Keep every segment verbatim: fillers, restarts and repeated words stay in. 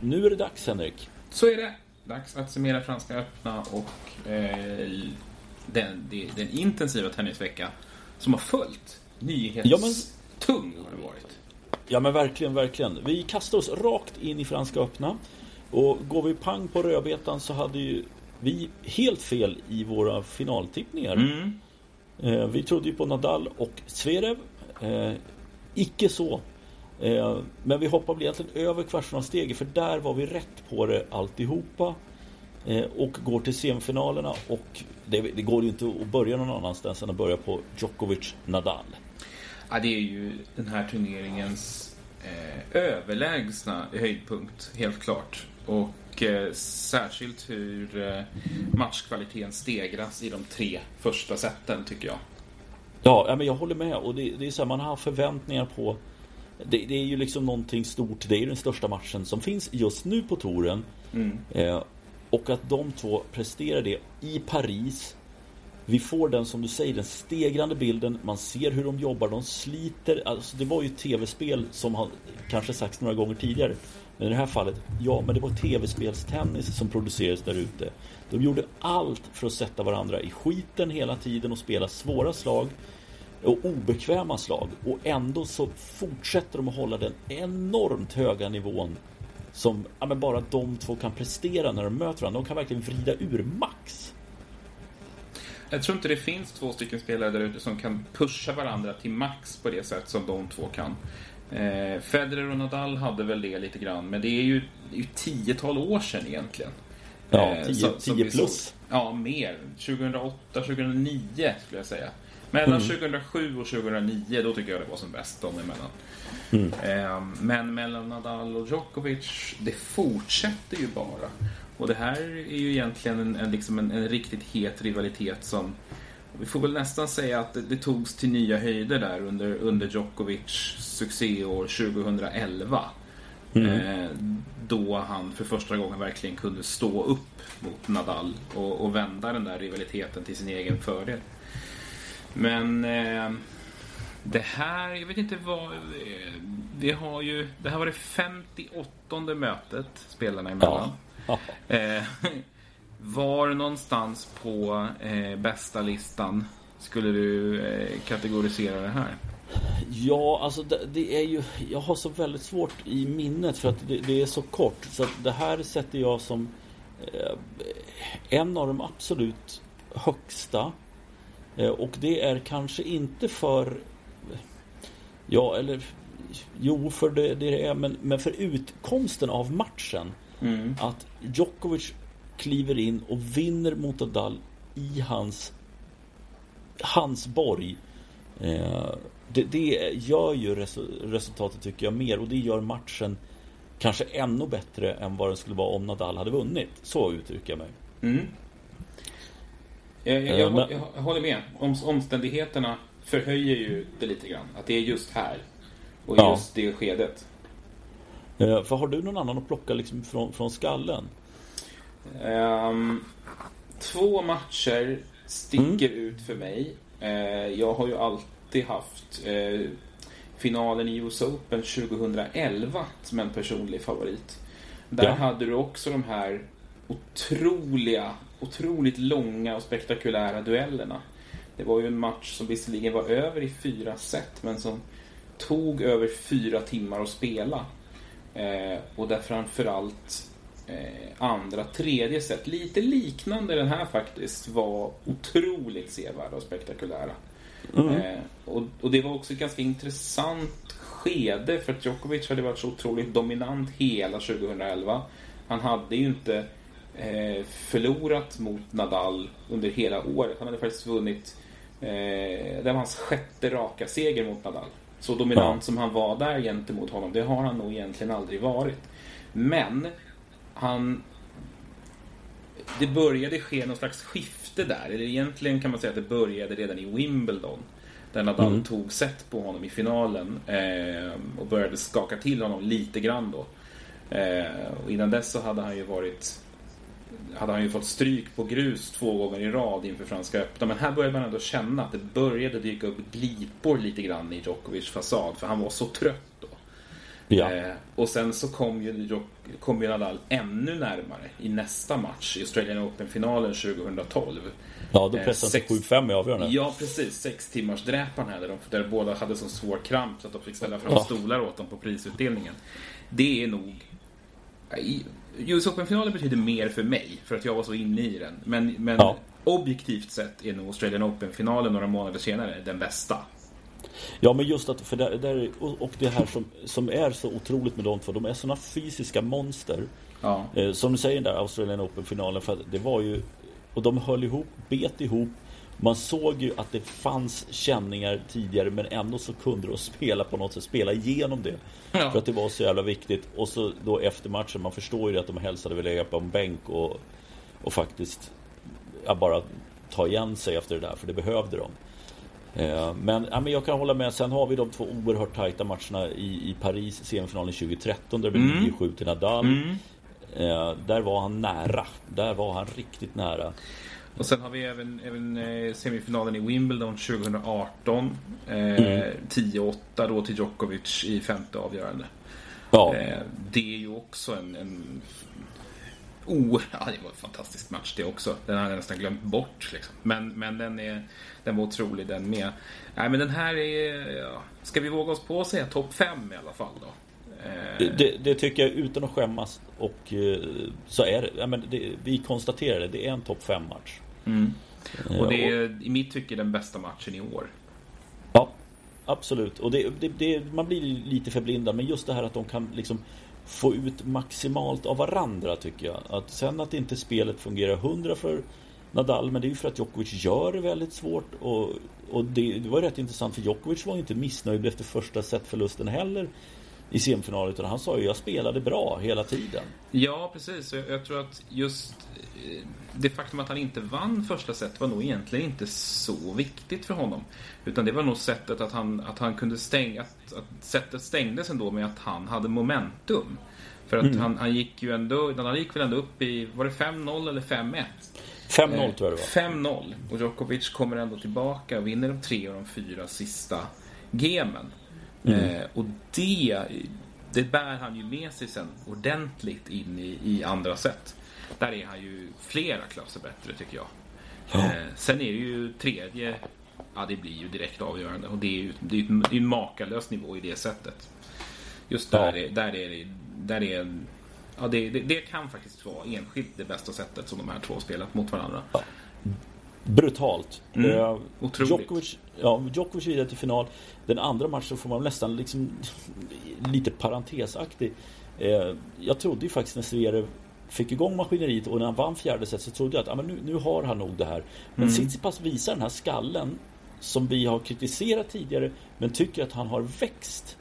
nu är det dags, Henrik. Så är det. Dags att summera Franska öppna och eh, den, den intensiva tennisvecka som har följt. Nyhetstung ja, men, har det varit. Ja men verkligen, verkligen. Vi kastar oss rakt in i Franska öppna. Och går vi pang på rödbetan så hade ju vi helt fel i våra finaltippningar. Mm. Eh, vi trodde ju på Nadal och Zverev. Eh, icke så. Eh, men vi hoppade egentligen över kvartsfinalsteget, för där var vi rätt på det alltihopa. Eh, och går till semifinalerna, och det, det går ju inte att börja någon annanstans än att börja på Djokovic-Nadal. Ja, det är ju den här turneringens eh, överlägsna höjdpunkt, helt klart. Och eh, särskilt hur eh, matchkvaliteten stegras i de tre första sätten, tycker jag. Ja, men jag håller med. Och det, det är så här, man har förväntningar på det, det är ju liksom någonting stort. Det är ju den största matchen som finns just nu på touren. Mm. eh, Och att de två presterar det i Paris. Vi får den, som du säger, den stegrande bilden. Man ser hur de jobbar, de sliter. Alltså, det var ju tv-spel som har kanske sagts några gånger tidigare. Men i det här fallet, ja, men det var tv-spelstennis som producerades där ute. De gjorde allt för att sätta varandra i skiten hela tiden och spela svåra slag och obekväma slag. Och ändå så fortsätter de att hålla den enormt höga nivån som ja, men bara de två kan prestera när de möter varandra. De kan verkligen vrida ur max. Jag tror inte det finns två stycken spelare där ute som kan pusha varandra till max på det sätt som de två kan. Eh, Federer och Nadal hade väl det lite grann, men det är ju, det är ju tiotal år sedan egentligen. Ja, tio, eh, tio plus. Ja, mer. tjugohundraåtta tjugohundranio skulle jag säga. Mellan mm. tjugohundrasju och tjugohundranio, då tycker jag det var som bäst de emellan. Mm. Eh, men mellan Nadal och Djokovic, det fortsätter ju bara. Och det här är ju egentligen en, en, liksom en, en riktigt het rivalitet som, vi får väl nästan säga att det, det togs till nya höjder där under, under Djokovic succéår tjugohundraelva. Mm. Eh, då han för första gången verkligen kunde stå upp mot Nadal och, och vända den där rivaliteten till sin egen fördel. Men eh, det här, jag vet inte vad, vi har ju, det här var det femtioåttonde mötet spelarna emellan. Ja. Eh, var någonstans på eh, bästa listan skulle du eh, kategorisera det här? Ja, alltså det, det är ju, jag har så väldigt svårt i minnet för att det, det är så kort. Så att det här sätter jag som eh, en av de absolut högsta. Eh, och det är kanske inte för, ja eller jo för det, det är, men, men för utkomsten av matchen. Mm. Att Djokovic kliver in och vinner mot Nadal i hans hans borg. Eh, det, det gör ju resu- resultatet tycker jag mer, och det gör matchen kanske ännu bättre än vad den skulle vara om Nadal hade vunnit. Så uttrycker jag mig. Mm. Jag, jag, jag, jag, jag håller med. Om, omständigheterna förhöjer ju det lite grann. Att det är just här och ja. just det skedet. Eh, för har du någon annan att plocka liksom från, från skallen? Um, två matcher sticker mm. ut för mig. Uh, jag har ju alltid haft uh, finalen i U S Open tjugohundraelva som en personlig favorit. Där ja. hade du också de här otroliga, otroligt långa och spektakulära duellerna. Det var ju en match som visserligen var över i fyra set, men som tog över fyra timmar att spela. Uh, och där framförallt Eh, andra, tredje set, lite liknande den här faktiskt, var otroligt sevärda och spektakulära. Mm. Eh, och, och det var också ett ganska intressant skede, för att Djokovic hade varit så otroligt dominant hela tjugohundraelva. Han hade ju inte eh, förlorat mot Nadal under hela året. Han hade faktiskt vunnit eh, det var hans sjätte raka seger mot Nadal. Så dominant ja. som han var där gentemot honom, det har han nog egentligen aldrig varit. Men han, det började ske någon slags skifte där. Eller egentligen kan man säga att det började redan i Wimbledon, där Nadal mm. tog set på honom i finalen eh, och började skaka till honom lite grann då. Eh, och innan dess så hade han ju varit hade han ju fått stryk på grus två gånger i rad inför Franska öppna. Men här började man ändå känna att det började dyka upp glipor lite grann i Djokovic fasad, för han var så trött då. Ja. Eh, och sen så kom ju, kom ju Nadal ännu närmare i nästa match i Australian Open-finalen tjugohundratolv. Ja, då pressade han till sju fem i avgörande. Ja, precis. Sex timmars dräpan här, där, de, där båda hade så svår kramp så att de fick ställa fram ja. stolar åt dem på prisutdelningen. Det är nog... U S Open-finalen betyder mer för mig, för att jag var så inne i den. Men, men ja. objektivt sett är nog Australian Open-finalen några månader senare den bästa. Ja, men just att, för där, där, och det här som, som är så otroligt med de två, de är såna fysiska monster. Ja. Eh, som du säger där, Australian Open-finalen, för det var ju, och de höll ihop, bet ihop. Man såg ju att det fanns känningar tidigare, men ändå så kunde de spela på något sätt, spela igenom det. Ja. För att det var så jävla viktigt. Och så då efter matchen, man förstår ju att de hälsade väl lägga på en bänk och, och faktiskt ja, bara ta igen sig efter det där, för det behövde de. Eh, men, ja, men jag kan hålla med. Sen har vi de två oerhört tajta matcherna i, i Paris, semifinalen tjugotretton, där det blev nio sju till Nadal. Mm. Eh, där var han nära. Där var han riktigt nära. Och sen har vi även, även eh, semifinalen i Wimbledon tjugoarton. Eh, mm. tio åtta då till Djokovic i femte avgörande. Ja. Eh, det är ju också en... en oh, ja, det var en fantastisk match det också. Den har jag nästan glömt bort. Liksom. Men, men den, är, den var otrolig den med. Nej, men den här är... Ja, ska vi våga oss på att säga topp fem i alla fall då? Det, det tycker jag utan att skämmas. Och så är det, ja, men det, vi konstaterar det, det är en topp fem match. Mm. Och det är i mitt tycke den bästa matchen i år. Ja, absolut. Och det, det, det, man blir lite förblindad, men just det här att de kan liksom få ut maximalt av varandra, tycker jag. Att sen att inte spelet fungerar hundra för Nadal, men det är ju för att Djokovic gör det väldigt svårt. Och, och det, det var rätt intressant, för Djokovic var inte missnöjd efter första setförlusten heller i semifinalen, utan han sa ju jag spelade bra hela tiden. Ja, precis. Jag, jag tror att just det faktum att han inte vann första set var nog egentligen inte så viktigt för honom. Utan det var nog sättet att han, att han kunde stänga, att, att sättet stängdes ändå med att han hade momentum. För att mm. han, han gick ju ändå, han gick väl ändå upp i, var det fem noll eller fem ett? fem noll tror jag det var. fem noll. Och Djokovic kommer ändå tillbaka och vinner de tre och de fyra sista gemen. Mm. Eh, och det, det bär han ju med sig sen ordentligt in i, i andra set. Där är han ju flera klasser bättre, tycker jag. Ja. Eh, sen är det ju tredje, ja, det blir ju direkt avgörande. Och det är ju det är ju en, det är en makalös nivå i det sättet. Just där, ja. är, där är det, där är, ja, det, det, det kan faktiskt vara enskilt det bästa sättet som de här två spelat mot varandra. Ja. Brutalt. Mm. Uh, Otroligt. Djokovic, ja, Djokovic vidare till final. Den andra matchen får man nästan liksom lite parentesaktig. Uh, jag trodde ju faktiskt när Zverev fick igång maskineriet och när han vann fjärde set, så trodde jag att ah, men nu, nu har han nog det här. Men mm. Tsitsipas visar den här skallen som vi har kritiserat tidigare, men tycker att han har växt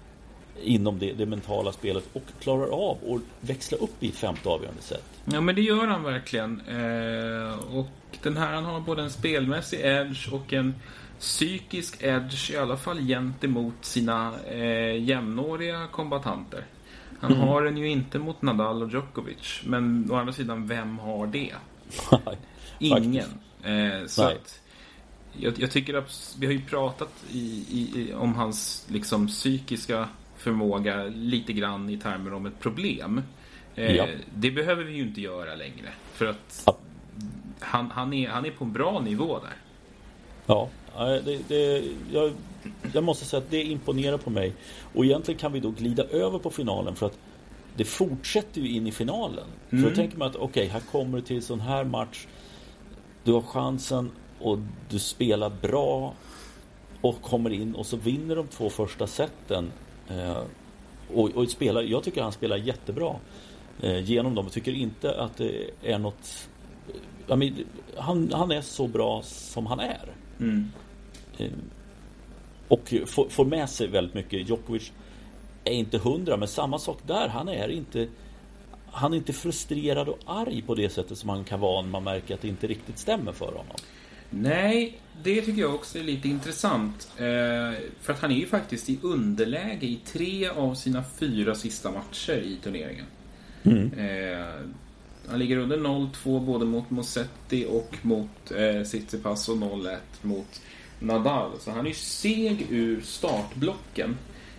inom det, det mentala spelet och klarar av att växla upp i ett femte avgörande sätt. Ja, men det gör han verkligen. Eh, och den här, han har både en spelmässig edge och en psykisk edge, i alla fall gentemot sina eh, jämnåriga kombatanter. Han mm. har den ju inte mot Nadal och Djokovic, men å andra sidan, vem har det? Ingen. Eh, så att jag, jag tycker att vi har ju pratat i, i, om hans liksom psykiska förmåga lite grann i termer om ett problem. Eh, ja. Det behöver vi ju inte göra längre, för att ja. han, han, är, han är på en bra nivå där. Ja, det, det, jag, jag måste säga att det imponerar på mig. Och egentligen kan vi då glida över på finalen, för att det fortsätter ju in i finalen. Mm. För då tänker man att okej, okay, här kommer du till sån här match, du har chansen och du spelar bra och kommer in och så vinner de två första seten. Eh, och, och spelar, jag tycker han spelar jättebra eh, genom dem. Jag tycker inte att det är något, jag men, han, han är så bra som han är. Mm. Eh, och får, får med sig väldigt mycket. Djokovic är inte hundra, men samma sak där, han är inte han är inte frustrerad och arg på det sättet som han kan vara när man märker att det inte riktigt stämmer för honom. Nej, det tycker jag också är lite intressant. Eh, för att han är ju faktiskt i underläge i tre av sina fyra sista matcher i turneringen. Mm. Eh, han ligger under noll två både mot Musetti och mot eh, Tsitsipas och noll ett mot Nadal. Så han är seg ur startblocken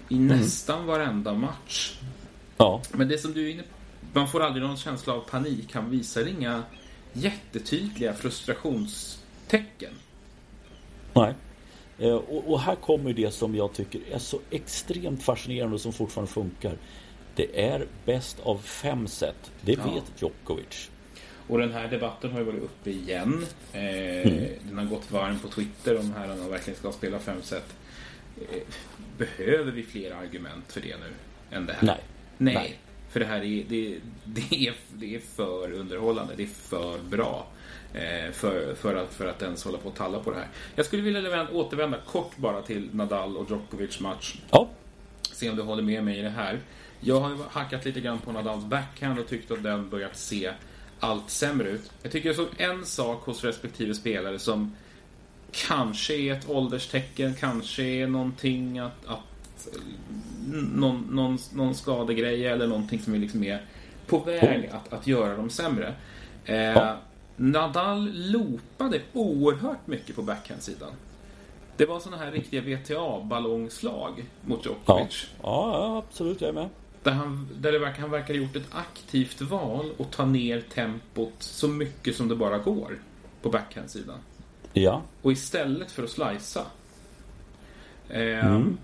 i mm. nästan varenda match. Ja. Men det som du är inne på, man får aldrig någon känsla av panik. Han visar inga jättetydliga frustrationstecken. Nej. Och, och här kommer det som jag tycker är så extremt fascinerande och som fortfarande funkar. Det är bäst av fem set. Det vet ja. Djokovic. Och den här debatten har ju varit uppe igen. Eh, mm. Den har gått varm på Twitter om herrarna verkligen ska spela fem set. Eh, behöver vi fler argument för det nu än det här? Nej. Nej. Nej. För det här är, det, det, är, det är för underhållande. Det är för bra. För, för, att, för att ens hålla på att talla på det här. Jag skulle vilja återvända kort bara till Nadal och Djokovic match. Ja. Se om du håller med mig i det här. Jag har hackat lite grann på Nadals backhand och tyckt att den börjat se allt sämre ut. Jag tycker jag såg en sak hos respektive spelare som kanske är ett ålderstecken, kanske är någonting att, att någon, någon, någon skadegrej eller någonting som är liksom är på väg att, att göra dem sämre. Eh, ja. Nadal loopade oerhört mycket på backhandsidan. Det var såna här riktiga V T A-ballongslag mot Djokovic. Ja, ja absolut, jag är med. Där, han, där det verkar, han verkar ha gjort ett aktivt val och ta ner tempot så mycket som det bara går på backhandsidan. Ja. Och istället för att slicea. Eh, mm.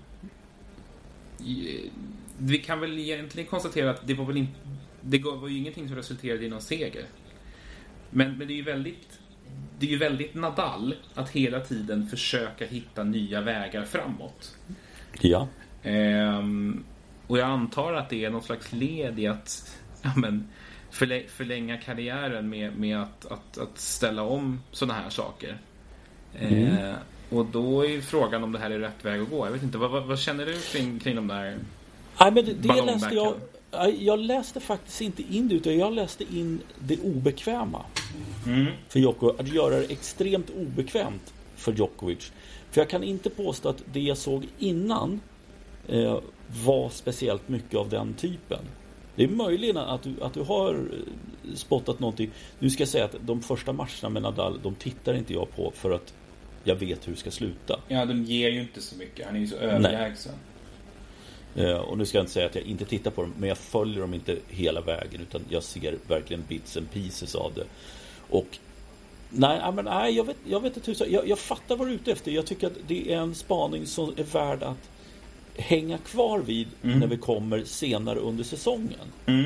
Vi kan väl egentligen konstatera att det var väl inte, det var ju ingenting som resulterade i någon seger. Men, men det är ju väldigt det är ju väldigt Nadal att hela tiden försöka hitta nya vägar framåt. Ja. Ehm, och jag antar att det är någon slags led i att ja, men, förlä- förlänga karriären med, med att, att, att ställa om såna här saker. Mm. Ehm, och då är frågan om det här är rätt väg att gå. Jag vet inte, vad, vad, vad känner du kring, kring de där Nej, men det, det läste jag Jag läste faktiskt inte in det, utan jag läste in det obekväma mm. för Djokovic, att göra det extremt obekvämt för Djokovic. För jag kan inte påstå att det jag såg innan eh, var speciellt mycket av den typen. Det är möjligen att du, att du har spottat någonting. Nu ska jag säga att de första matcherna med Nadal, de tittar inte jag på för att jag vet hur det ska sluta. Ja, de ger ju inte så mycket. Han är ju så överlägsen. Uh, och nu ska jag inte säga att jag inte tittar på dem, men jag följer dem inte hela vägen, utan jag ser verkligen bits and pieces av det. Och nej, men, nej jag, vet, jag vet inte hur så, jag, jag fattar vad du är ute efter. Jag tycker att det är en spaning som är värd att hänga kvar vid mm. när vi kommer senare under säsongen. Mm.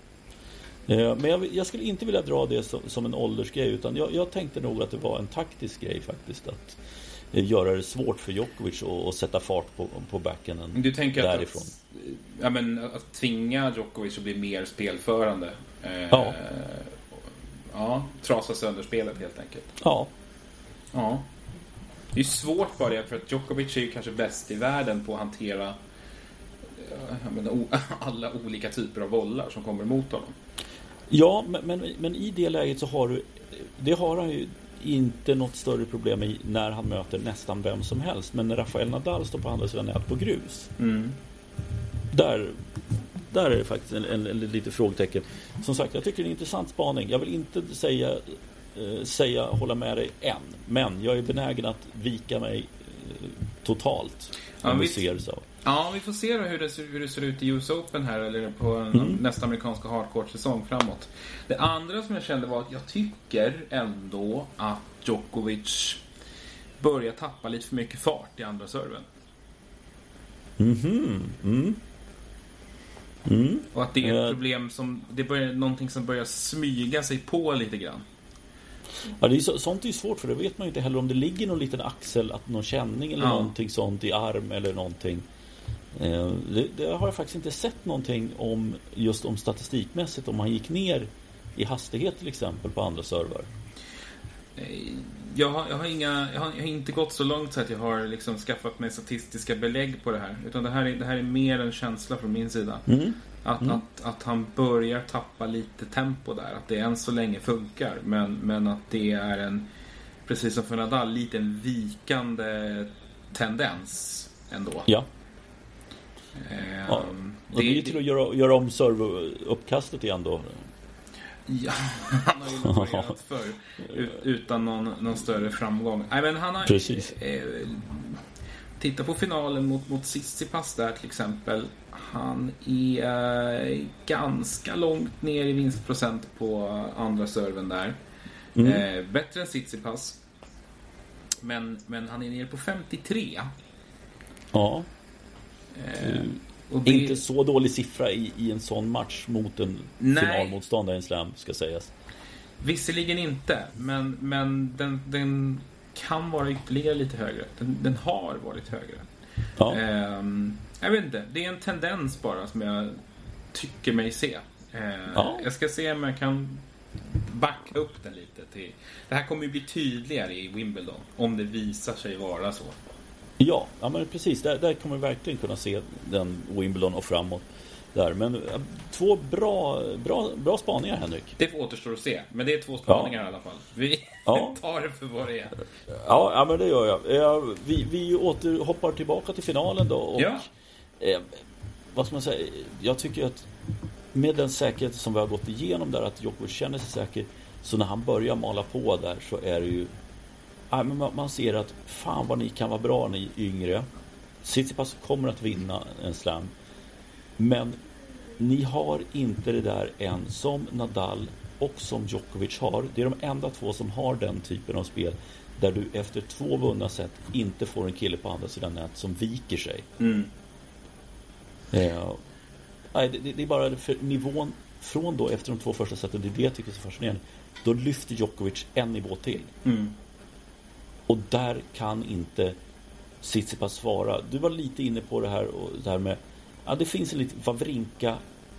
Uh, men jag, jag skulle inte vilja dra det som, som en åldersgrej, utan jag, jag tänkte nog att det var en taktisk grej faktiskt, att göra det svårt för Djokovic att, att sätta fart på, på backen. Du tänker därifrån. Att, ja, men, att tvinga Djokovic att bli mer spelförande. Eh, ja. Ja, trasa sönder spelet helt enkelt. Ja. Ja. Det är svårt bara det, för att Djokovic är ju kanske bäst i världen på att hantera jag menar, alla olika typer av bollar som kommer emot honom. Ja, men, men, men i det läget så har du, det har han ju inte något större problem i när han möter nästan vem som helst. Men när Rafael Nadal står på andra sidan nät på grus, mm. där, där är det faktiskt en, en, en lite frågetecken. Som sagt, jag tycker det är en intressant spaning. Jag vill inte säga, eh, säga hålla med dig än, men jag är benägen att vika mig eh, totalt om ja, vi ser så. Ja, vi får se hur det, ser, hur det ser ut i U S Open här, eller på en, mm. nästa amerikanska hardcourt-säsong framåt. Det andra som jag kände var att jag tycker ändå att Djokovic börjar tappa lite för mycket fart i andra serven. Mm-hmm. Mm. Mm. Och att det är ett problem som, det börjar, någonting som börjar smyga sig på lite grann. Ja, det är så, sånt är ju svårt, för det vet man ju inte heller om det ligger någon liten axel, att någon känning eller ja. någonting sånt i arm eller någonting. Eh, det, det har jag faktiskt inte sett någonting om, just om statistikmässigt, om han gick ner i hastighet till exempel på andra server. Jag har, jag har, inga, jag har, jag har inte gått så långt så att jag har liksom skaffat mig statistiska belägg på det här, utan det här är, det här är mer en känsla från min sida. Mm. Att, mm. Att, att han börjar tappa lite tempo där. Att det än så länge funkar. Men, men att det är en, precis som för Nadal, lite en vikande tendens ändå. Ja. Ehm, ja. Och det är ju till att göra, göra om serveruppkastet igen då. Ja, han har ju börjat förr utan någon, någon större framgång. Nej, men han har, precis. Eh, titta på finalen mot, mot Tsitsipas där till exempel. Han är eh, ganska långt ner i vinstprocent på andra serven där. Mm. Eh, bättre än Tsitsipas. Men, men han är nere på femtiotre. Ja. Eh, och det... Inte så dålig siffra i, i en sån match mot en Nej. finalmotståndare i en slam, ska sägas. Visserligen inte, men, men den, den kan vara ytterligare lite högre. Den, den har varit högre. Ja. Eh, jag vet inte, det är en tendens bara som jag tycker mig se. Eh, ja. Jag ska se om jag kan backa upp den lite till. Det här kommer ju bli tydligare i Wimbledon om det visar sig vara så. Ja, ja men precis. Där, där kommer vi verkligen kunna se den Wimbledon och framåt där. Men äh, två bra, bra, bra spaningar, Henrik. Det får återstå att se. Men det är två spaningar ja. i alla fall. Vi ja. tar det för vad det är. Ja, ja men det gör jag. Ja, vi, vi åter, hoppar tillbaka till finalen då. Och, ja. eh, vad ska man säga? Jag tycker att med den säkerhet som vi har gått igenom där, att Djokovic känner sig säker, så när han börjar mala på där så är det ju ja, men man ser att fan vad ni kan vara bra, ni yngre. Tsitsipas kommer att vinna en slam, men ni har inte det där än som Nadal och som Djokovic har. Det är de enda två som har den typen av spel där du efter två vunna set inte får en kille på andra sidan nät som viker sig. Mm. Ja. Nej, det, det är bara för nivån från då efter de två första seten, det är det jag tycker är så fascinerande. Då lyfter Djokovic en nivå till. Mm. Och där kan inte Tsitsipas svara. Du var lite inne på det här och det här med ja, det finns en lite Wawrinka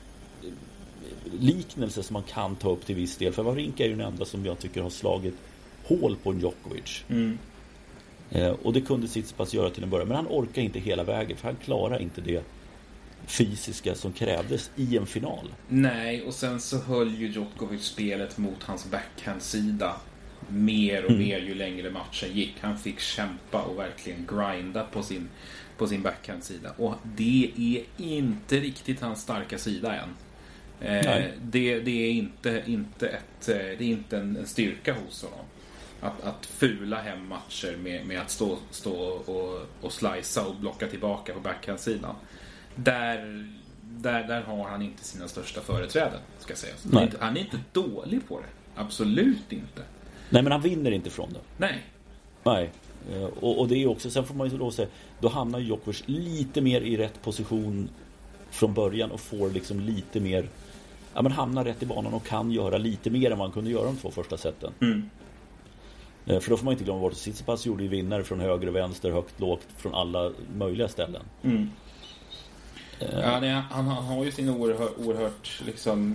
liknelse som man kan ta upp till viss del. För Wawrinka är ju den enda som jag tycker har slagit hål på en Djokovic. Mm. Eh, och det kunde Tsitsipas göra till en början. Men han orkar inte hela vägen, för han klarar inte det fysiska som krävdes i en final. Nej, och sen så höll ju Djokovic spelet mot hans backhandsida mer och mm. mer ju längre matchen gick. Han fick kämpa och verkligen grinda på sin, på sin backhandsida. Och det är inte riktigt hans starka sida än. Eh, det, det är inte, inte, ett, det är inte en, en styrka hos honom. Att, att fula hem matcher med, med att stå, stå och, och slicea och blocka tillbaka på backhandsidan. Där, där, där har han inte sina största företräden, ska sägas. Han är, inte, han är inte dålig på det. Absolut inte. Nej, men han vinner inte från det. Nej. Nej. Och, och det är också, sen får man ju då säga, då hamnar Djokovic lite mer i rätt position från början och får liksom lite mer, ja men hamnar rätt i banan och kan göra lite mer än man kunde göra de två första sätten. Mm. För då får man inte glömma bort att Tsitsipas gjorde ju vinnare från höger och vänster, högt, lågt, från alla möjliga ställen. Mm. Ja, nej, han, han har ju sin oerhört, oerhört liksom,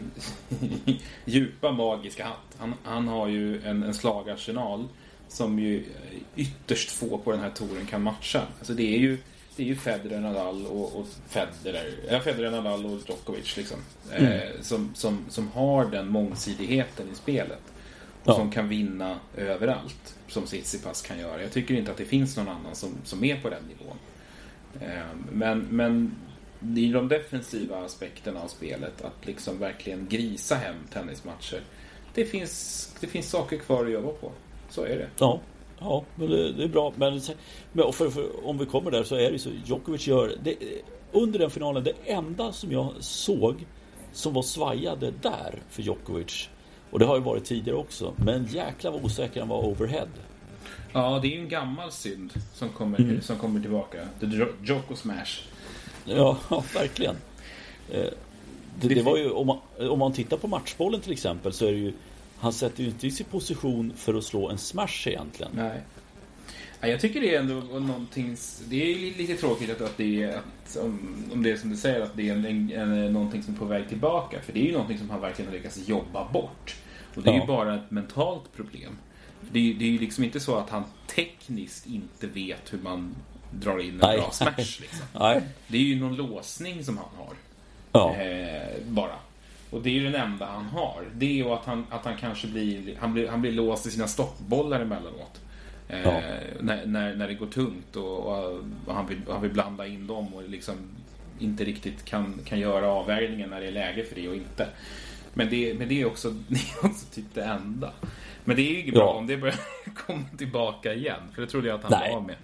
djupa magiska hatt. Han, han har ju en, en slagarsenal som ju ytterst få på den här touren kan matcha. Alltså det är ju, det är ju Federer, Nadal och, och Federer, ja, Federer, Nadal och Djokovic liksom, mm. eh, som, som, som har den mångsidigheten i spelet. Och ja. Som kan vinna överallt, som Tsitsipas kan göra. Jag tycker inte att det finns någon annan som, som är på den nivån. Eh, men, men i de defensiva aspekterna av spelet, att liksom verkligen grisa hem tennismatcher, det finns, det finns saker kvar att jobba på. Så är det. Ja, ja men det, det är bra. Men, men för, för, om vi kommer där så är det så, Djokovic gör det, under den finalen, det enda som jag såg som var svajade där för Djokovic, och det har ju varit tidigare också, men jäkla vad osäker han var overhead. Ja, det är ju en gammal synd som kommer, mm. som kommer tillbaka. The Djoko Smash. Ja, ja, verkligen. Det, det var ju, om man, om man tittar på matchbollen till exempel, så är det ju, han sätter ju inte i sin position för att slå en smash egentligen. Nej. Ja, jag tycker det är ändå någonting, det är lite tråkigt att, att det är att, om, om det är som du säger, att det är en, en, en, någonting som är på väg tillbaka, för det är ju någonting som han verkligen har lyckats jobba bort. Och det är ja. ju bara ett mentalt problem. Det är, det är ju liksom inte så att han tekniskt inte vet hur man drar in en Nej. bra smash liksom. Nej. Det är ju någon låsning som han har. Ja. Eh, bara. Och det är ju den enda han har. Det är ju att han, att han kanske blir han, blir han blir låst i sina stoppbollar emellanåt. Eh, ja. när, när, när det går tungt och, och, och han, vill, han vill blanda in dem och liksom inte riktigt kan, kan göra avvägningen när det är läge för det och inte. Men det, men det är också, det är också typ det enda. Men det är ju bra ja. om det börjar komma tillbaka igen. För det trodde jag att han Nej. var med.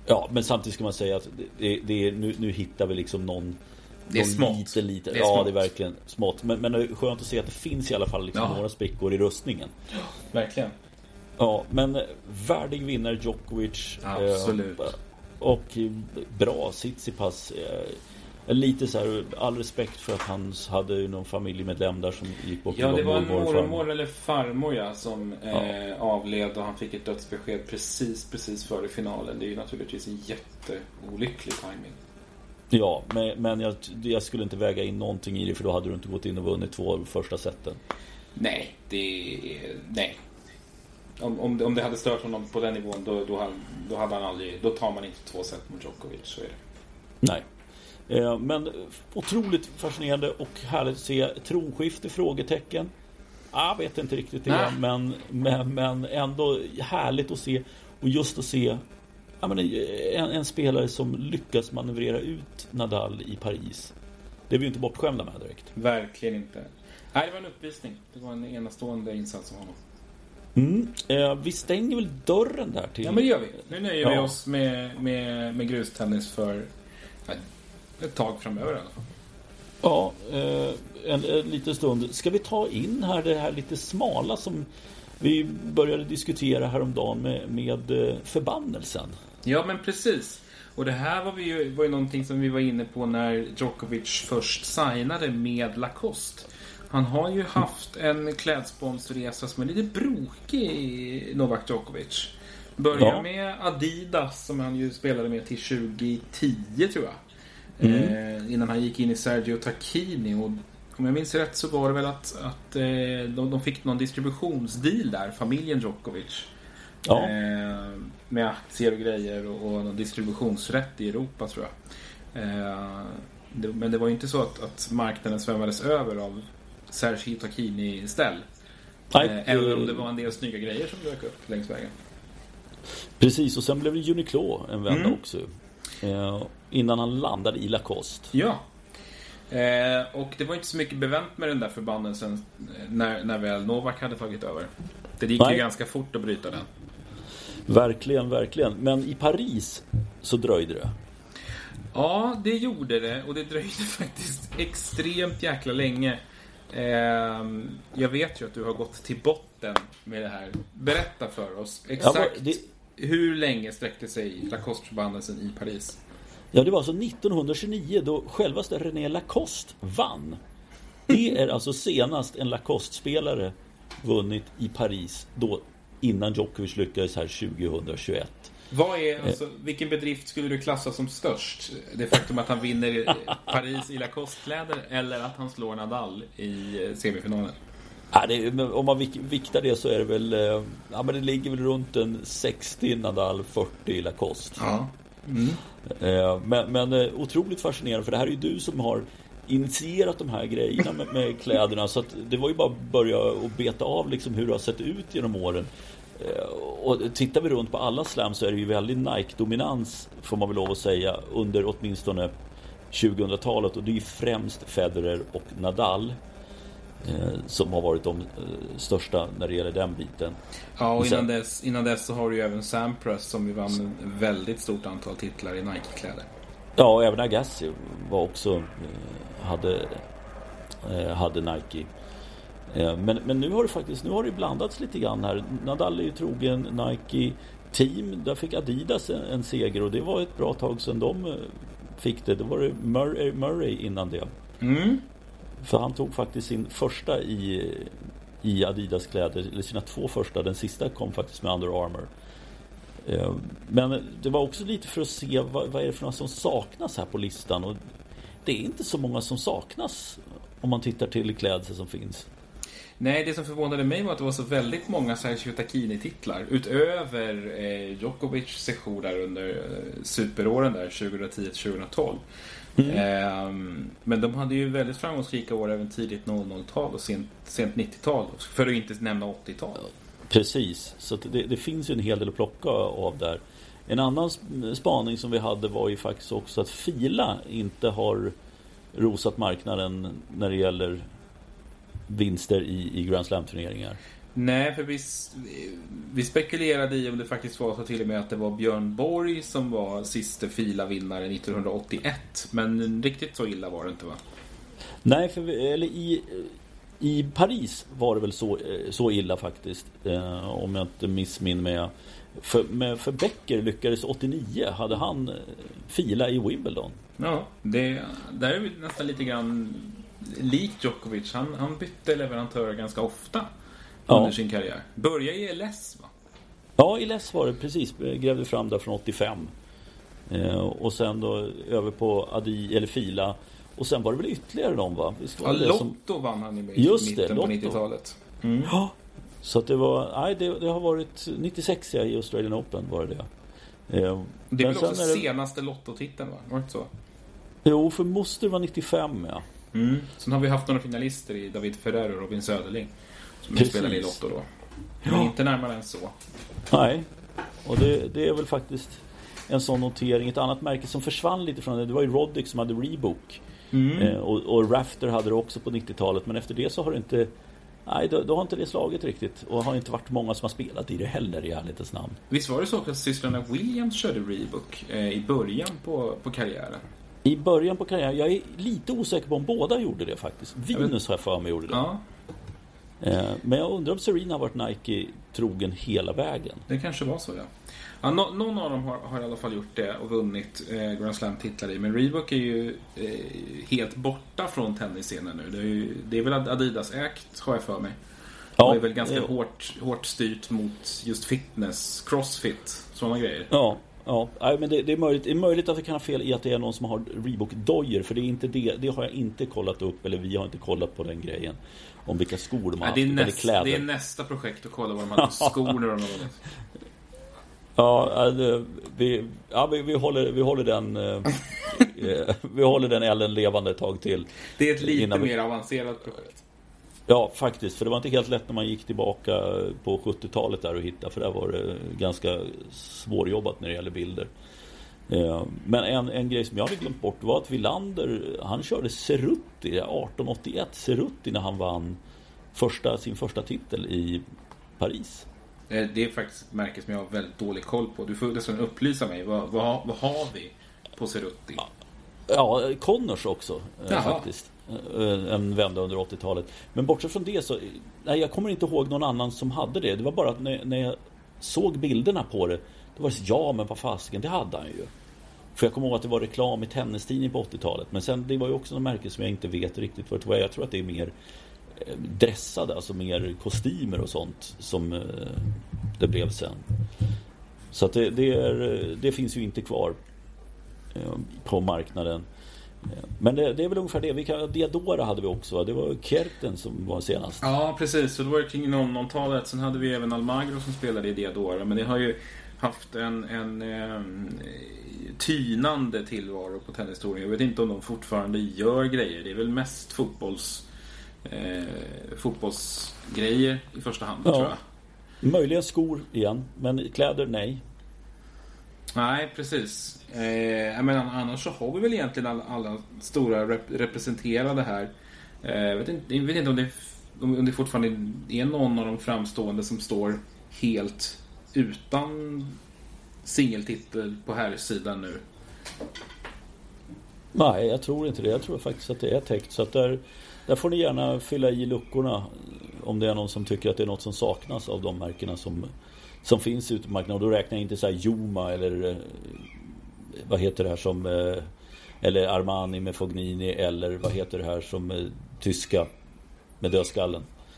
Ja, men samtidigt ska man säga att det, det är, nu, nu hittar vi liksom någon, det är någon smått. lite, lite, det är ja smått. det är verkligen smått. Men, men det är skönt att se att det finns i alla fall liksom ja. några sprickor i rustningen. Verkligen. Ja, men värdig vinnare Djokovic. Absolut. Eh, och bra Tsitsipas. Eh, lite så här, all respekt för att han hade ju någon familjemedlem där som gick bort. Ja, det var en mormor, mormor eller farmor ja, som eh, ja. avled och han fick ett dödsbesked precis, precis före finalen. Det är ju naturligtvis en jätteolycklig timing. Ja, men, men jag, jag skulle inte väga in någonting i det, för då hade du inte gått in och vunnit två första sätten. Nej, det nej. Om, om, om det hade stört honom på den nivån, då, då, då hade han aldrig, då tar man inte två set mot Djokovic, så är det. Nej. Eh, men otroligt fascinerande och härligt att se. Tronskifte, frågetecken. Jag vet inte riktigt det, men, men, men ändå härligt att se. Och just att se ja, men en, en spelare som lyckas manövrera ut Nadal i Paris. Det är vi ju inte bortskämda med direkt. Verkligen inte. Nej, det var en uppvisning. Det var en enastående insats av honom. Mm. Eh, vi stänger väl dörren där till... Ja, men det gör vi. Nu nöjer ja. vi oss med, med, med grustennis för nej, ett tag framöver i alla fall. Ja, eh, en, en liten stund. Ska vi ta in här det här lite smala som vi började diskutera häromdagen med, med förbannelsen? Ja, men precis. Och det här var, vi ju, var ju någonting som vi var inne på när Djokovic först signade med Lacoste. Han har ju haft en klädsponsorresa som är lite brokig, Novak Djokovic. Börjar ja. med Adidas som han ju spelade med till tjugo tio tror jag. Mm. Eh, innan han gick in i Sergio Tacchini. Och om jag minns rätt så var det väl att, att eh, de, de fick någon distributionsdeal där, familjen Djokovic. Ja. Eh, med aktier och grejer och, och någon distributionsrätt i Europa tror jag. Eh, det, men det var ju inte så att, att marknaden svämmades över av Sergio Tacchini-ställ. Eh, även om det var en del snygga grejer som dök upp längs vägen. Precis, och sen blev det Uniqlo en vända mm. också. Eh, innan han landade i Lacoste. Ja. Eh, och det var inte så mycket bevänt med den där förbannelsen när, när väl Novak hade tagit över. Det gick Nej. ju ganska fort att bryta den. Verkligen, verkligen. Men i Paris så dröjde det. Ja, det gjorde det. Och det dröjde faktiskt extremt jäkla länge. Eh, jag vet ju att du har gått till botten med det här. Berätta för oss exakt ja, det... hur länge sträckte sig Lacoste-förbannelsen i Paris? Ja, det var alltså nittonhundratjugonio då självaste René Lacoste vann. Det är alltså senast en Lacoste-spelare vunnit i Paris då innan Djokovic lyckades här tjugohundratjugoett. Vad är, alltså, vilken bedrift skulle du klassa som störst? Det faktum att han vinner Paris i Lacoste-kläder eller att han slår Nadal i semifinalen? Ja, det är, om man viktar det så är det väl ja, men det ligger väl runt en sextio Nadal, fyrtio Lacoste. Ja. Mm. Men, men otroligt fascinerande, för det här är ju du som har initierat de här grejerna med, med kläderna, så att det var ju bara att börja och beta av liksom hur det har sett ut genom åren. Och tittar vi runt på alla slams så är det ju väldigt Nike-dominans, får man väl lov att säga, under åtminstone tjugohundratalet, och det är ju främst Federer och Nadal eh, som har varit de eh, största när det gäller den biten. Ja, och sen, innan, dess, innan dess så har du ju även Sampras som ju vann ett väldigt stort antal titlar i Nike-kläder. Ja, och även Agassi var också eh, hade, eh, hade Nike. Men, men nu har det faktiskt nu har det blandats lite grann här. Nadal är ju trogen Nike team. Där fick Adidas en, en seger, och det var ett bra tag sedan de fick det. Det var det Murray, Murray innan det. Mm. För han tog faktiskt sin första i, i Adidas kläder, eller sina två första. Den sista kom faktiskt med Under Armour. Men det var också lite för att se vad, vad är det för något som saknas här på listan. Och det är inte så många som saknas om man tittar till klädsel som finns. Nej, det som förvånade mig var att det var så väldigt många Sergio Tacchini-titlar utöver eh, Djokovic session där under eh, superåren där tjugohundratio till tjugohundratolv. Mm. Eh, men de hade ju väldigt framgångsrika år även tidigt noll noll-tal och sent, sent nittiotal, för att inte nämna åttiotal. Precis, så det, det finns ju en hel del att plocka av där. En annan spaning som vi hade var ju faktiskt också att Fila inte har rosat marknaden när det gäller vinster i, i Grand Slam-turneringar. Nej, för vi, vi spekulerade i om det faktiskt var så till och med att det var Björn Borg som var sista Fila-vinnare nittonhundraåttioett. Men riktigt så illa var det inte, va? Nej, för vi, eller i, i Paris var det väl så, så illa faktiskt. Eh, om jag inte missminner mig. För, med, för Becker lyckades åttionio. Hade han fila i Wimbledon. Ja, det, där är vi nästan lite grann likt Djokovic. Han, han bytte leverantör ganska ofta under ja. sin karriär. Började i L S, va? Ja, i L S var det precis. Grävde fram där från åttiofem. Eh, och sen då över på Adi eller Fila. Och sen var det väl ytterligare dem, va? Visst var ja, det Lotto som... vann han i Just mitten det, på Lotto. nittiotalet. Mm. Ja, så att det var... Nej, det, det har varit nittiosex i Australian Open var det det. Eh, det är väl också är det... senaste Lotto-titeln, va? Var det så? Jo, för måste det vara nittiofem, ja. Mm. Sen har vi haft några finalister i David Ferrer och Robin Söderling som spelade i Lotto då. Men ja. inte närmare än så. Nej, och det, det är väl faktiskt en sån notering. Ett annat märke som försvann lite från det, det var ju Roddick som hade Reebok. Mm. Eh, och, och Rafter hade det också på nittiotalet. Men efter det så har det inte... Nej, då, då har inte det slagit riktigt. Och har inte varit många som har spelat i det heller i ärlighetens namn. Visst var det så att systrarna Williams körde Reebok eh, i början på, på karriären? I början på karriären. Jag är lite osäker på om båda gjorde det faktiskt. Venus har jag för mig gjorde det. Ja. Eh, men jag undrar om Serena har varit Nike trogen hela vägen. Det kanske var så, ja. Ja, no, någon av dem har, har i alla fall gjort det och vunnit eh, Grand Slam-titlar i. Men Reebok är ju eh, helt borta från tennisscenen nu. Det är, ju, det är väl Adidas-ägt, har jag för mig. Ja, det är väl ganska ja. hårt, hårt styrt mot just fitness, crossfit, sådana grejer. Ja, ja. Nej, men det, det, är möjligt, det är möjligt att vi kan ha fel i att det är någon som har Reebok-dojer. För det är inte det, det har jag inte kollat upp, eller vi har inte kollat på den grejen. Om vilka skor de har ja, det är haft, näst, eller kläder. Det är nästa projekt att kolla vad de hade för skor när de har Ja, alltså, vi, ja vi, vi, håller, vi håller den eh, vi håller den elden levande ett tag till. Det är ett lite vi... mer avancerat projekt. Ja, faktiskt. För det var inte helt lätt när man gick tillbaka på sjuttiotalet där och hitta. För där var det ganska svårjobbat när det gäller bilder. Eh, men en, en grej som jag hade glömt bort var att Wilander, han körde Cerruti arton åttioett. Cerruti när han vann första, sin första titel i Paris. Det är faktiskt ett märke som jag har väldigt dålig koll på. Du får dessutom upplysa mig. Vad, vad, vad har vi på Cerruti? Ja, Connors också eh, faktiskt. En vända under åttiotalet. Men bortsett från det så... Nej, jag kommer inte ihåg någon annan som hade det. Det var bara att när, när jag såg bilderna på det, då var det så, ja men vad fasiken, det hade han ju. För jag kommer ihåg att det var reklam i tennistidning på åttiotalet. Men sen, det var ju också något märke som jag inte vet riktigt vad det var. Jag tror att det är mer dressade, alltså mer kostymer och sånt som det blev sen. Så att det, det, är, det finns ju inte kvar på marknaden. Men det, det är väl ungefär det. Vi kan, Diadora hade vi också. Det var Kerten som var senast. Ja, precis. Så det var kring nolltalet. Sen hade vi även Almagro som spelade i Diadora. Men det har ju haft en, en, en tynande tillvaro på tennistouren. Jag vet inte om de fortfarande gör grejer. Det är väl mest fotbolls Eh, fotbollsgrejer i första hand, ja, tror jag. Möjligen skor igen, men kläder nej. Nej, precis. eh, Men annars så har vi väl egentligen alla, alla stora rep- representerade här. eh, Jag vet inte, jag vet inte om, det, om det fortfarande är någon av de framstående som står helt utan singeltitel på här sidan nu. Nej, jag tror inte det. Jag tror faktiskt att det är täckt. Så att där, där får ni gärna fylla i luckorna om det är någon som tycker att det är något som saknas av de märkena som, som finns ute på marknaden. Och då räknar jag inte så här Joma eller vad heter det här som eller Armani med Fognini, eller vad heter det här som tyska med dödskallen.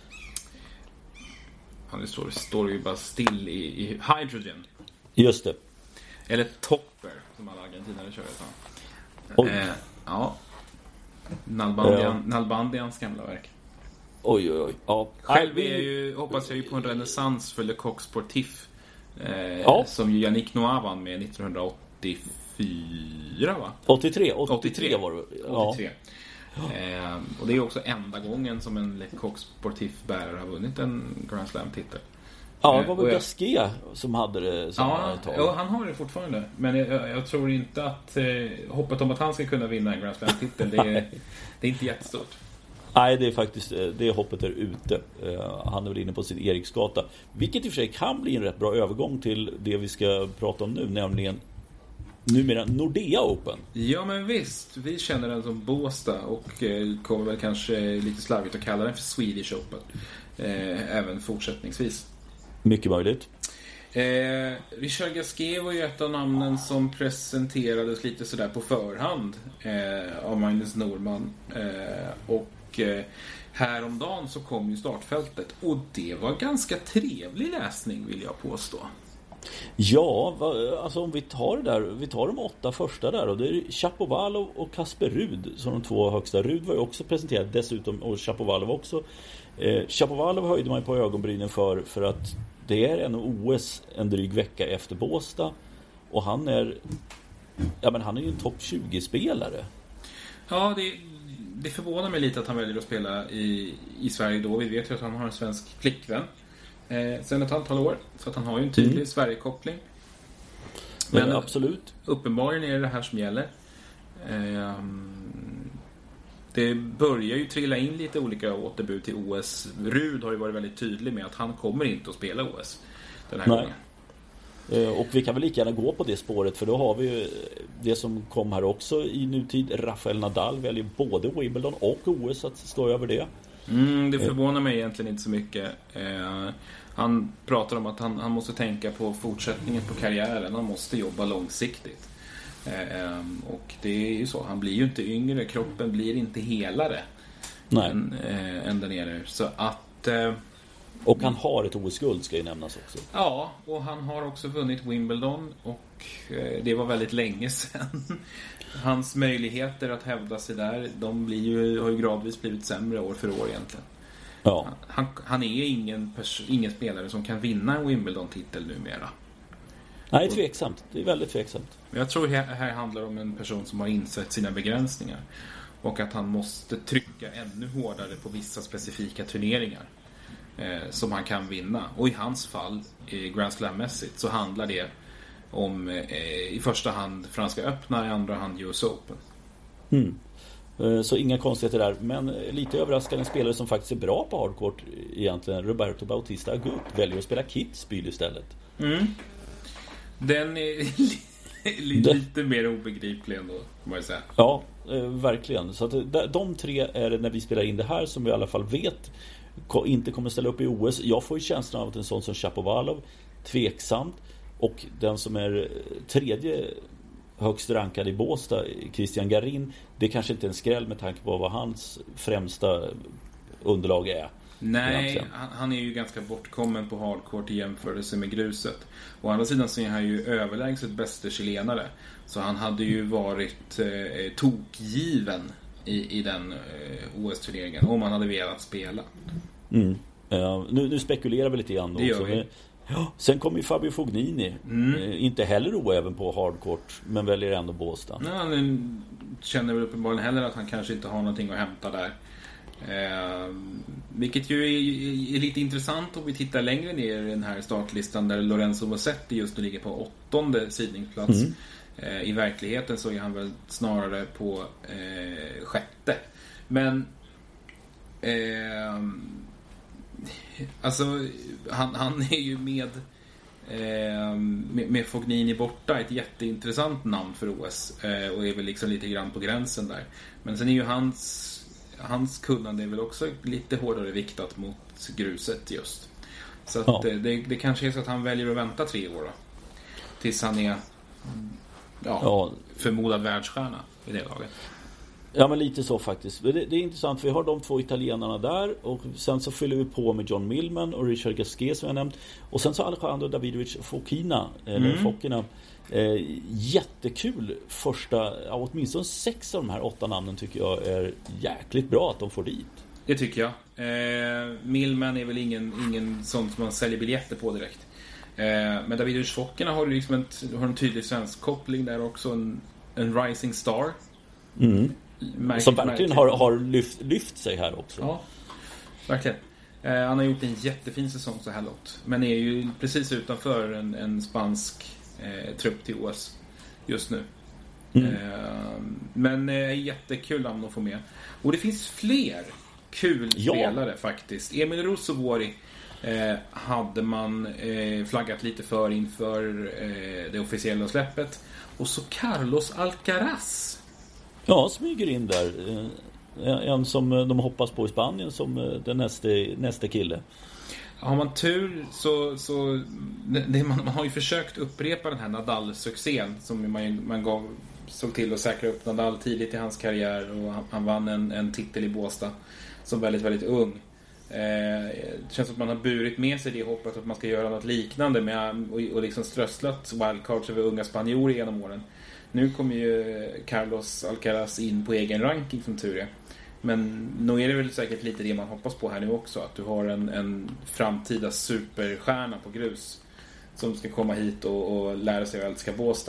Ja, det står, står ju bara still i, i Hydrogen. Just det. Eller Topper som alla argentinare kör ett. Eh, ja. Nalbandian, ja. Nalbandians gamla verk. Oj, oj, oj. Ja. Själv är jag ju, hoppas jag ju på en renässans för Le Coq Sportif. Eh, ja. Som ju Yannick Noah vann med nittonhundraåttiofyra, va? åttiotre, åttiotre var det. Ja. åttiotre. Eh, och det är också enda gången som en Le Coq Sportif-bärare har vunnit en Grand Slam-titel. Ja, det var väl Gasquet som hade det som ja, ja, han har det fortfarande. Men jag, jag tror inte att eh, hoppet om att han ska kunna vinna en Grand Slam-titel, det, är, det är inte jättestort. Nej, det är faktiskt det hoppet är ute. Han är väl inne på sin Eriksgata. Vilket i och för sig kan bli en rätt bra övergång till det vi ska prata om nu, nämligen numera Nordea Open. Ja, men visst. Vi känner den som Båstad och eh, kommer väl kanske lite slarvigt att kalla den för Swedish Open. Eh, även fortsättningsvis. Mycket möjligt. Eh, Richard Gasquet var ju ett av namnen som presenterades lite sådär på förhand eh, av Magnus Norman. Eh, och eh, häromdagen så kom ju startfältet. Och det var ganska trevlig läsning, vill jag påstå. Ja, alltså om vi tar det där, vi tar de åtta första där, och det är Shapovalov och Kasper Ruud som de två högsta. Ruud var ju också presenterad dessutom, och Shapovalov också. eh, Shapovalov höjde man på ögonbrynen för för att det är en O S en dryg vecka efter Båstad, och han är ja men han är ju en topp tjugo-spelare. Ja, det, det förvånar mig lite att han väljer att spela i, i Sverige då. Vi vet ju att han har en svensk flickvän Eh, sen ett antal år. Så att han har ju en tydlig mm. Sverigekoppling. Men ja, absolut. Uppenbarligen är det det här som gäller. Eh, det börjar ju trilla in lite olika återbud till O S. Ruud har ju varit väldigt tydlig med att han kommer inte att spela O S den här Nej. gången. Eh, och vi kan väl lika gärna gå på det spåret, för då har vi ju det som kom här också i nutid. Rafael Nadal väljer både Wimbledon och O S att stå över det. Mm, det förvånar mig egentligen inte så mycket. Eh, han pratar om att han, han måste tänka på fortsättningen på karriären. Han måste jobba långsiktigt. Eh, och det är ju så. Han blir ju inte yngre. Kroppen blir inte helare än, eh, än där nere. Så att... Eh, och han har ett O S-guld, ska ju nämnas också. Ja, och han har också vunnit Wimbledon. Och eh, det var väldigt länge sedan. Hans möjligheter att hävda sig där, de blir ju, har ju gradvis blivit sämre år för år egentligen. Ja. Han, han är ingen, pers- ingen spelare som kan vinna en Wimbledon-titel numera. Nej, tveksamt. Det är väldigt tveksamt. Jag tror det här handlar om en person som har insett sina begränsningar. Och att han måste trycka ännu hårdare på vissa specifika turneringar eh, som han kan vinna. Och i hans fall, eh, Grand Slam-mässigt, så handlar det om eh, i första hand Franska öppna, i andra hand U S Open. Mm. Eh, så inga konstigheter där. Men lite överraskande, en spelare som faktiskt är bra på hardcourt egentligen, Roberto Bautista Agut, väljer att spela Kitzbühel istället. Mm. Den är lite mer obegriplig ändå, får man säga. Ja, eh, verkligen. Så att de tre är det när vi spelar in det här som vi i alla fall vet inte kommer ställa upp i O S. Jag får ju känslan av att en sån som Shapovalov, tveksamt. Och den som är tredje högst rankad i Båstad, Christian Garin, det kanske inte är en skräll med tanke på vad hans främsta underlag är. Nej, han, han är ju ganska bortkommen på hardcourt i jämförelse med gruset. Å andra sidan så är han ju överlägset bästa chilenare. Så han hade ju varit eh, tokgiven i, i den eh, O S-turneringen om han hade velat spela. Mm. Uh, nu, nu spekulerar vi lite grann då. Det gör vi. Ja, sen kommer ju Fabio Fognini, mm. eh, inte heller oäven på hardcourt, men väljer ändå Båstad. Ja, han känner väl uppenbarligen heller att han kanske inte har någonting att hämta där. Eh, vilket ju är, är lite intressant om vi tittar längre ner i den här startlistan där Lorenzo Musetti just nu ligger på åttonde sidningsplats. Mm. Eh, I verkligheten så är han väl snarare på eh, sjätte. Men eh, alltså han, han är ju med eh, med, med Fognini borta ett jätteintressant namn för O S eh, och är väl liksom lite grann på gränsen där. Men sen är ju hans hans kunnande är väl också lite hårdare viktat mot gruset just. Så att ja. det, det kanske är så att han väljer att vänta tre år då, tills han är ja, ja. förmodad världsstjärna i det laget. Ja, men lite så faktiskt. Det, det är intressant, för vi har de två italienarna där, och sen så fyller vi på med John Millman och Richard Gasquet som jag nämnt, och sen så Alejandro Davidovich Fokina eller mm. Fokina. Eh, jättekul första, ja, åtminstone sex av de här åtta namnen tycker jag är jäkligt bra att de får dit. Det tycker jag. Eh, Millman är väl ingen, ingen sån som man säljer biljetter på direkt. Eh, men Davidovich Fokina har ju liksom ett, har en tydlig svensk koppling där också, en, en rising star. Mm. Märk, som verkligen har, har lyft, lyft sig här också. Ja, verkligen. Eh, han har gjort en jättefin säsong så här långt, men är ju precis utanför en, en spansk eh, trupp till O S just nu. Mm. Eh, men eh, jättekul namn att få med. Och det finns fler Kul Ja. spelare faktiskt. Emil Ruusuvuori eh, hade man eh, flaggat lite för inför eh, det officiella släppet. Och så Carlos Alcaraz. Ja, smyger in där. Eh, En som de hoppas på i Spanien som eh, den nästa, nästa kille. Har man tur så, så det, man, man har ju försökt upprepa den här Nadal-succén som man, man gav, såg till att säkra upp Nadal tidigt i hans karriär, och han, han vann en, en titel i Båstad som väldigt, väldigt ung. Eh, det känns som att man har burit med sig det hoppet att man ska göra något liknande med, och, och liksom strösslat wildcards över unga spanjorer genom åren. Nu kommer ju Carlos Alcaraz in på egen ranking som tur är. Men nog är det väl säkert lite det man hoppas på här nu också. Att du har en, en framtida superstjärna på grus som ska komma hit och, och lära sig att älska Båstad.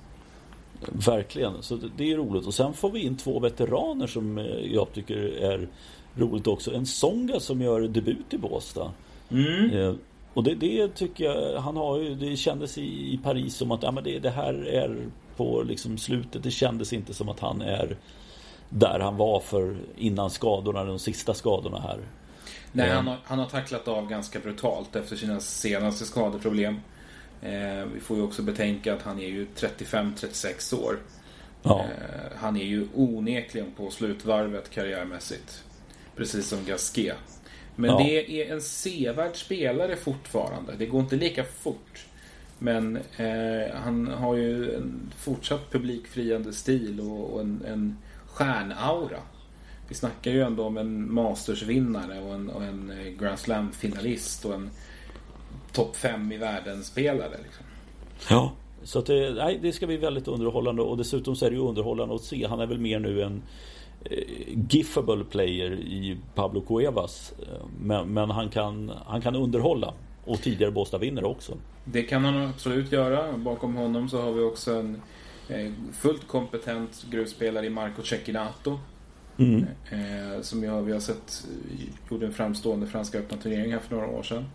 Verkligen, så det är roligt. Och sen får vi in två veteraner som jag tycker är roligt också. En Tsonga som gör debut i Båstad. Mm. Eh, och det, det tycker jag, han har ju, det kändes i, i Paris som att ja, men det, det här är på liksom slutet. Det kändes inte som att han är där han var för innan skadorna, de sista skadorna här. Nej, han har, han har tacklat av ganska brutalt efter sina senaste skadeproblem. Eh, vi får ju också betänka att han är ju trettiofem till trettiosex år. Ja. Eh, han är ju onekligen på slutvarvet karriärmässigt. Precis som Gasquet. Men Ja. det är en sevärd spelare fortfarande. Det går inte lika fort. Men eh, han har ju en fortsatt publikfriande stil och, och en, en stjärnaura. Vi snackar ju ändå om en Masters-vinnare och en, och en Grand Slam-finalist och en topp fem i världen spelare. Liksom. Ja, så att det, nej, det ska bli väldigt underhållande. Och dessutom så är det ju underhållande att se. Han är väl mer nu en eh, giffable player i Pablo Cuevas. Men, men han, kan, han kan underhålla. Och tidigare Båstad vinner också. Det kan han absolut göra. Bakom honom så har vi också en eh, fullt kompetent gruvspelare i Marco Cecchinato. Mm. Eh, som jag, vi har sett gjorde en framstående franska öppna turnering här för några år sedan.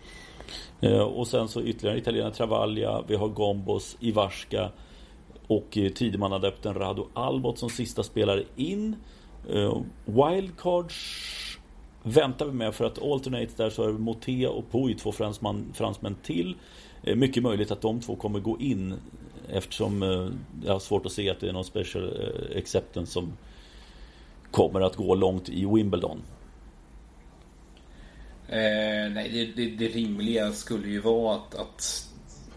Eh, och sen så ytterligare italienare Travaglia. Vi har Gombos, Ivarska och eh, Tideman-adepten Radu Albot som sista spelare in. Eh, wildcards väntar vi med, för att alternate där så är Moté och Puy, två fransman, fransmän till. Eh, mycket möjligt att de två kommer gå in, eftersom eh, jag har svårt att se att det är någon special eh, acceptance som kommer att gå långt i Wimbledon. Eh, nej, det, det, det rimliga skulle ju vara att, att,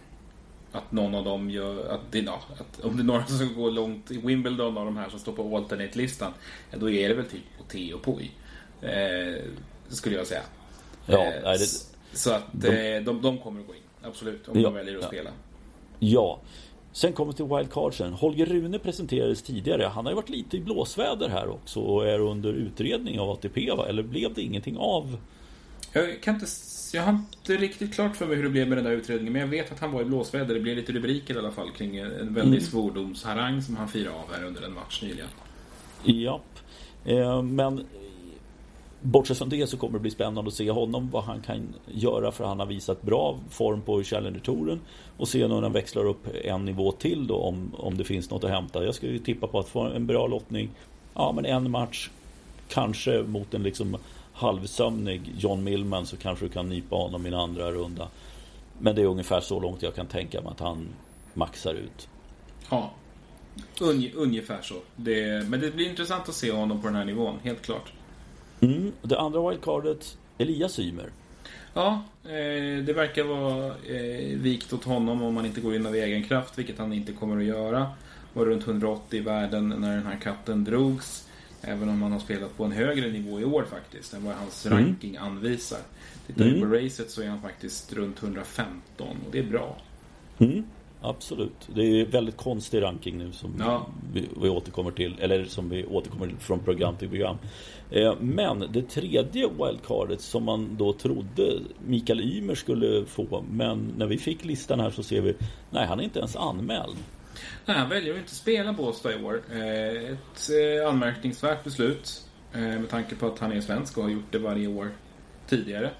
att någon av dem gör... Att det, ja, att om det är några som ska gå långt i Wimbledon av de här som står på alternate-listan, ja, då är det väl typ Moté och Puy. Eh, skulle jag säga. Ja, eh, nej, det, så att de, eh, de, de kommer att gå in. Absolut, om ja, de väljer att ja. spela. Ja. Sen kommer vi till wildcardsen. Holger Rune presenterades tidigare. Han har ju varit lite i blåsväder här också och är under utredning av A T P, va? Eller blev det ingenting av? Jag, kan inte, jag har inte riktigt klart för mig hur det blev med den där utredningen, men jag vet att han var i blåsväder. Det blev lite rubriker i alla fall kring en väldigt mm. svordomsharang som han firade av här under en match nyligen. Japp. Eh, men bortsett från det så kommer det bli spännande att se honom, vad han kan göra, för han har visat bra form på Challenger-touren, och se när han växlar upp en nivå till då, om, om det finns något att hämta. Jag skulle tippa på att få en bra lottning. Ja, men en match kanske mot en liksom halvsömnig John Millman, så kanske du kan nypa honom i en andra runda. Men det är ungefär så långt jag kan tänka mig att han maxar ut. Ja, un- ungefär så. Det, men det blir intressant att se honom på den här nivån, helt klart. Mm, det andra wildcardet, Elias Ymer. Ja, eh, det verkar vara eh, vikt åt honom om man inte går in av egen kraft, vilket han inte kommer att göra. Var runt hundraåttio i världen när den här katten drogs. Även om han har spelat på en högre nivå i år faktiskt än vad hans mm. ranking anvisar. Tittar vi mm. på racet så är han faktiskt runt hundrafemton, och det är bra. Mm, absolut. Det är väldigt konstig ranking nu som ja. vi, vi återkommer till, eller som vi återkommer till från program till program. Eh, men det tredje wildcardet som man då trodde Mikael Ymer skulle få, men när vi fick listan här så ser vi, nej, han är inte ens anmäld. Nej, han väljer att inte spela Båstad i år. Ett anmärkningsvärt beslut med tanke på att han är svensk och har gjort det varje år tidigare.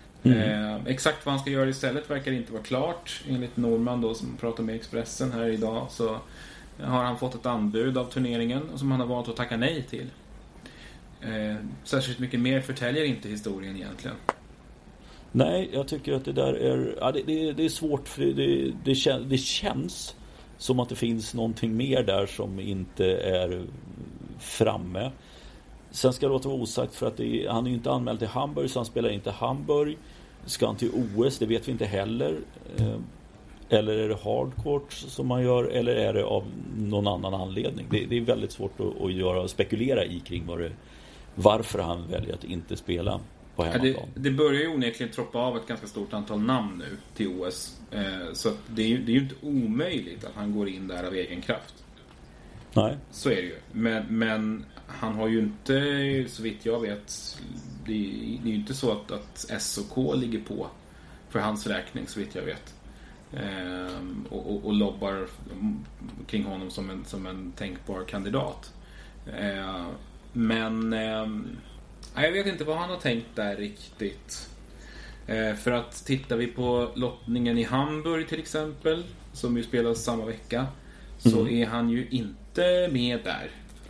Mm. Exakt vad han ska göra istället verkar inte vara klart. Enligt Norman då, som pratar med Expressen här idag, så har han fått ett anbud av turneringen som han har valt att tacka nej till. Eh, särskilt mycket mer förtäljer inte historien egentligen. Nej, jag tycker att det där är... Ja, det, det, det är svårt för det, det, det, kän, det känns som att det finns någonting mer där som inte är framme. Sen ska det låta vara osagt för att det, han är ju inte anmäld till Hamburg, så han spelar inte Hamburg. Ska han till O S? Det vet vi inte heller. Eh, eller är det hardcourt som man gör, eller är det av någon annan anledning? Det, det är väldigt svårt att, att göra, spekulera i kring vad det, varför han väljer att inte spela på hemmaplan. Ja, det, det börjar ju onekligen troppa av ett ganska stort antal namn nu till O S. Eh, så att det, är ju, det är ju inte omöjligt att han går in där av egen kraft. Nej. Så är det ju. Men, men han har ju inte, så vitt jag vet, det, det är ju inte så att, att S O K ligger på för hans räkning, så vitt jag vet. Ehm, och, och, och lobbar kring honom som en, som en tänkbar kandidat. Ehm, men ehm, jag vet inte vad han har tänkt där riktigt. Ehm, för att tittar vi på lottningen i Hamburg till exempel, som ju spelas samma vecka, så mm. är han ju inte med där.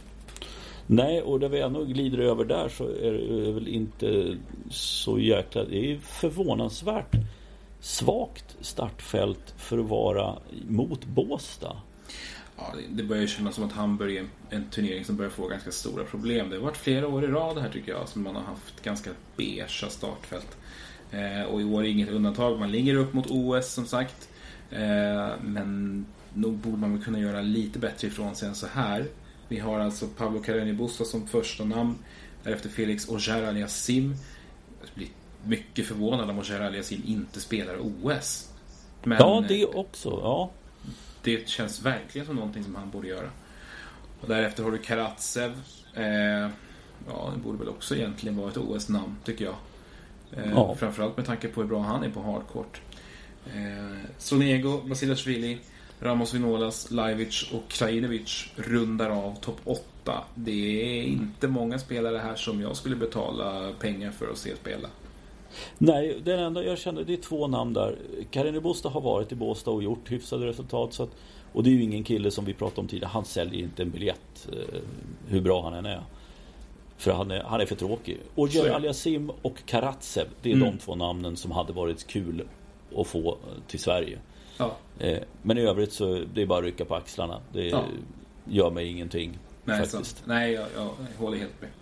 Nej, och där vi ändå glider över där så är det väl inte så jäkla... Det är förvånansvärt svagt startfält för att vara mot Båstad. Ja, det börjar kännas som att Hamburg är en turnering som börjar få ganska stora problem. Det har varit flera år i rad här tycker jag som man har haft ganska beige startfält. Eh, och i år är inget undantag. Man ligger upp mot O S som sagt. Eh, men nog borde man väl kunna göra lite bättre ifrån sig än så här. Vi har alltså Pablo Carreño Busta som första namn. Därefter Felix Auger-Aliassime. Jag blir mycket förvånad om Auger-Aliassime inte spelar O S. Men ja, det också. Ja. Det känns verkligen som någonting som han borde göra. Och därefter har du Karatsev. Eh, ja, det borde väl också egentligen vara ett O S-namn, tycker jag. Eh, ja. Framförallt med tanke på hur bra han är på hardcourt. Eh, Sonego, Basilashvili, Ramos Vinolas, Lajic och Krajinovic rundar av topp åtta. Det är inte många spelare här som jag skulle betala pengar för att se spela. Nej, den enda jag kände, det är två namn där. Carreño Busta har varit i Båstad och gjort hyfsade resultat. Så att, och det är ju ingen kille som vi pratade om tidigare. Han säljer inte en biljett eh, hur bra han än är. För han är, han är för tråkig. Och Auger-Aliassime och Karatsev, det är mm. de två namnen som hade varit kul att få till Sverige. Ja. Eh, men i övrigt så det är bara att rycka på axlarna. Det ja. gör mig ingenting. Nej, faktiskt. Så, nej jag, jag håller helt med.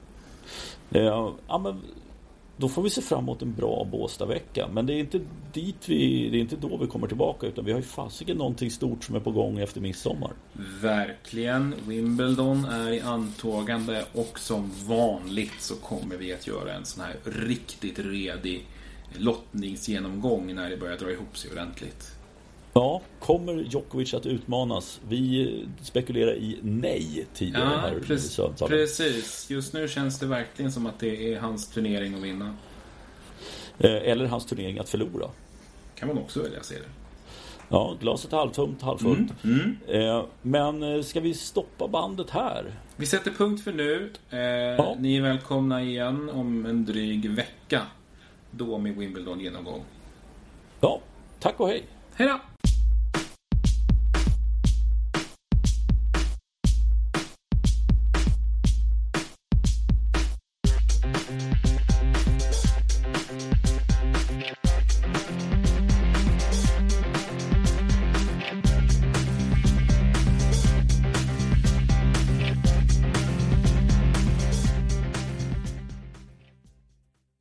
Eh, ja, men då får vi se fram emot en bra Båstad-vecka. Men det är inte dit vi, det är inte då vi kommer tillbaka, utan vi har ju fasiken någonting stort som är på gång efter midsommar. Verkligen. Wimbledon är i antågande och som vanligt så kommer vi att göra en sån här riktigt redig lottningsgenomgång när det börjar dra ihop sig ordentligt. Ja, kommer Djokovic att utmanas? Vi spekulerar i nej tidigare ja, här. Precis, precis. Just nu känns det verkligen som att det är hans turnering att vinna. Eller hans turnering att förlora. Kan man också välja se det. Ja, glaset är halvtomt, halvfullt. Mm, mm. Men ska vi stoppa bandet här? Vi sätter punkt för nu. Ja. Ni är välkomna igen om en dryg vecka. Då med Wimbledon genomgång. Ja, tack och hej. Hej då!